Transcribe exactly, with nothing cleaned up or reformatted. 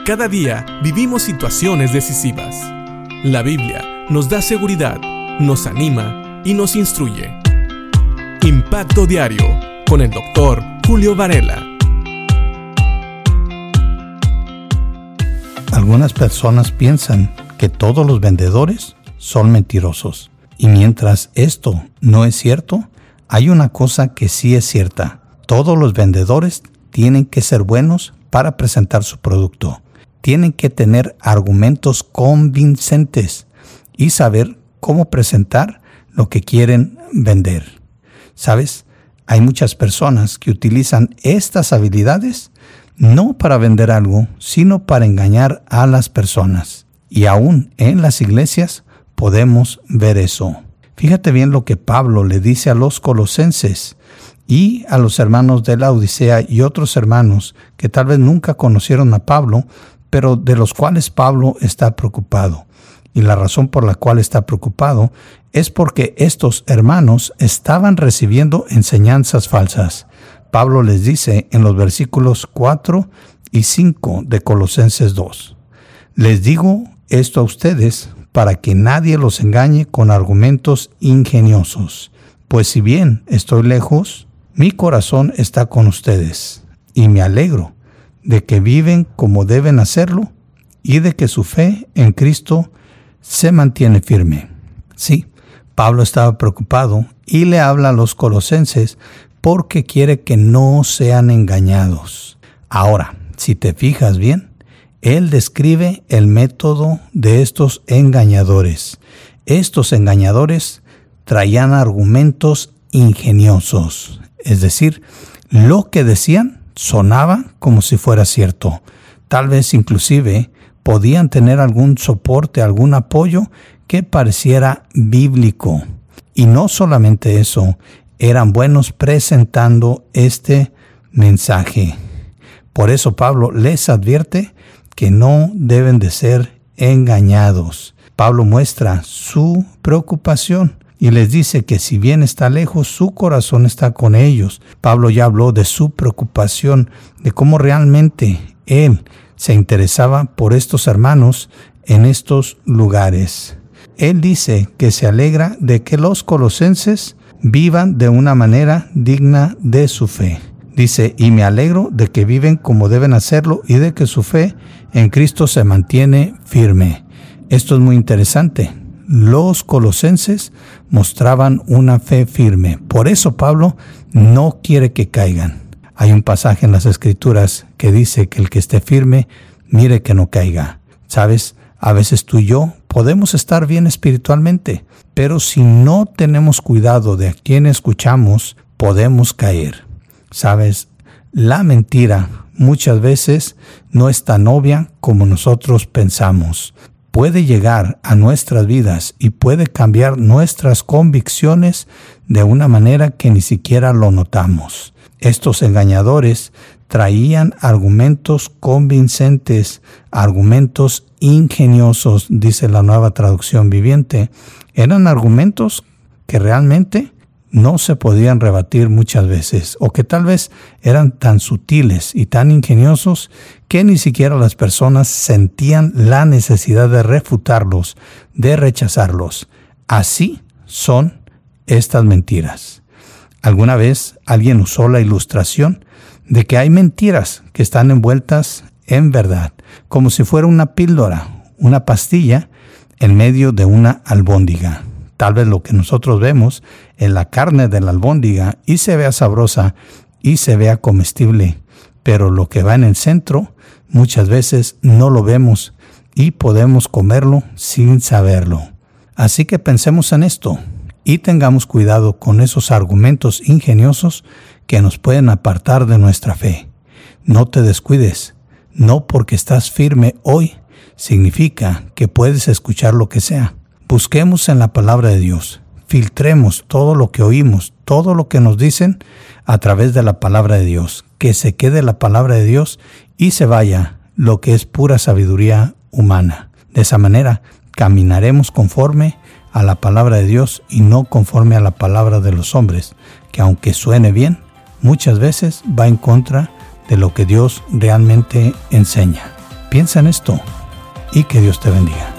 Cada día vivimos situaciones decisivas. La Biblia nos da seguridad, nos anima y nos instruye. Impacto Diario con el doctor Julio Varela. Algunas personas piensan que todos los vendedores son mentirosos. Y mientras esto no es cierto, hay una cosa que sí es cierta. Todos los vendedores tienen que ser buenos para presentar su producto. Tienen que tener argumentos convincentes y saber cómo presentar lo que quieren vender. ¿Sabes? Hay muchas personas que utilizan estas habilidades no para vender algo, sino para engañar a las personas. Y aún en las iglesias podemos ver eso. Fíjate bien lo que Pablo le dice a los colosenses y a los hermanos de la Odisea y otros hermanos que tal vez nunca conocieron a Pablo, pero de los cuales Pablo está preocupado. Y la razón por la cual está preocupado es porque estos hermanos estaban recibiendo enseñanzas falsas. Pablo les dice en los versículos cuatro y cinco de Colosenses dos: les digo esto a ustedes para que nadie los engañe con argumentos ingeniosos. Pues si bien estoy lejos, mi corazón está con ustedes, y me alegro de que viven como deben hacerlo y de que su fe en Cristo se mantiene firme. Sí, Pablo estaba preocupado y le habla a los colosenses porque quiere que no sean engañados. Ahora, si te fijas bien, él describe el método de estos engañadores. Estos engañadores traían argumentos ingeniosos, es decir, lo que decían sonaba como si fuera cierto. Tal vez inclusive podían tener algún soporte, algún apoyo que pareciera bíblico. Y no solamente eso, eran buenos presentando este mensaje. Por eso Pablo les advierte que no deben de ser engañados. Pablo muestra su preocupación y les dice que si bien está lejos, su corazón está con ellos. Pablo ya habló de su preocupación, de cómo realmente él se interesaba por estos hermanos en estos lugares. Él dice que se alegra de que los colosenses vivan de una manera digna de su fe. Dice, y me alegro de que viven como deben hacerlo y de que su fe en Cristo se mantiene firme. Esto es muy interesante. Los colosenses mostraban una fe firme. Por eso Pablo no quiere que caigan. Hay un pasaje en las Escrituras que dice que el que esté firme, mire que no caiga. ¿Sabes? A veces tú y yo podemos estar bien espiritualmente, pero si no tenemos cuidado de a quién escuchamos, podemos caer. ¿Sabes? La mentira muchas veces no es tan obvia como nosotros pensamos. Puede llegar a nuestras vidas y puede cambiar nuestras convicciones de una manera que ni siquiera lo notamos. Estos engañadores traían argumentos convincentes, argumentos ingeniosos, dice la Nueva Traducción Viviente. Eran argumentos que realmente no se podían rebatir muchas veces, o que tal vez eran tan sutiles y tan ingeniosos que ni siquiera las personas sentían la necesidad de refutarlos, de rechazarlos. Así son estas mentiras. ¿Alguna vez alguien usó la ilustración de que hay mentiras que están envueltas en verdad, como si fuera una píldora, una pastilla en medio de una albóndiga? Tal vez lo que nosotros vemos en la carne de la albóndiga y se vea sabrosa y se vea comestible, pero lo que va en el centro muchas veces no lo vemos y podemos comerlo sin saberlo. Así que pensemos en esto y tengamos cuidado con esos argumentos ingeniosos que nos pueden apartar de nuestra fe. No te descuides, no porque estás firme hoy significa que puedes escuchar lo que sea. Busquemos en la palabra de Dios, filtremos todo lo que oímos, todo lo que nos dicen a través de la palabra de Dios, que se quede la palabra de Dios y se vaya lo que es pura sabiduría humana. De esa manera caminaremos conforme a la palabra de Dios y no conforme a la palabra de los hombres, que aunque suene bien, muchas veces va en contra de lo que Dios realmente enseña. Piensa en esto y que Dios te bendiga.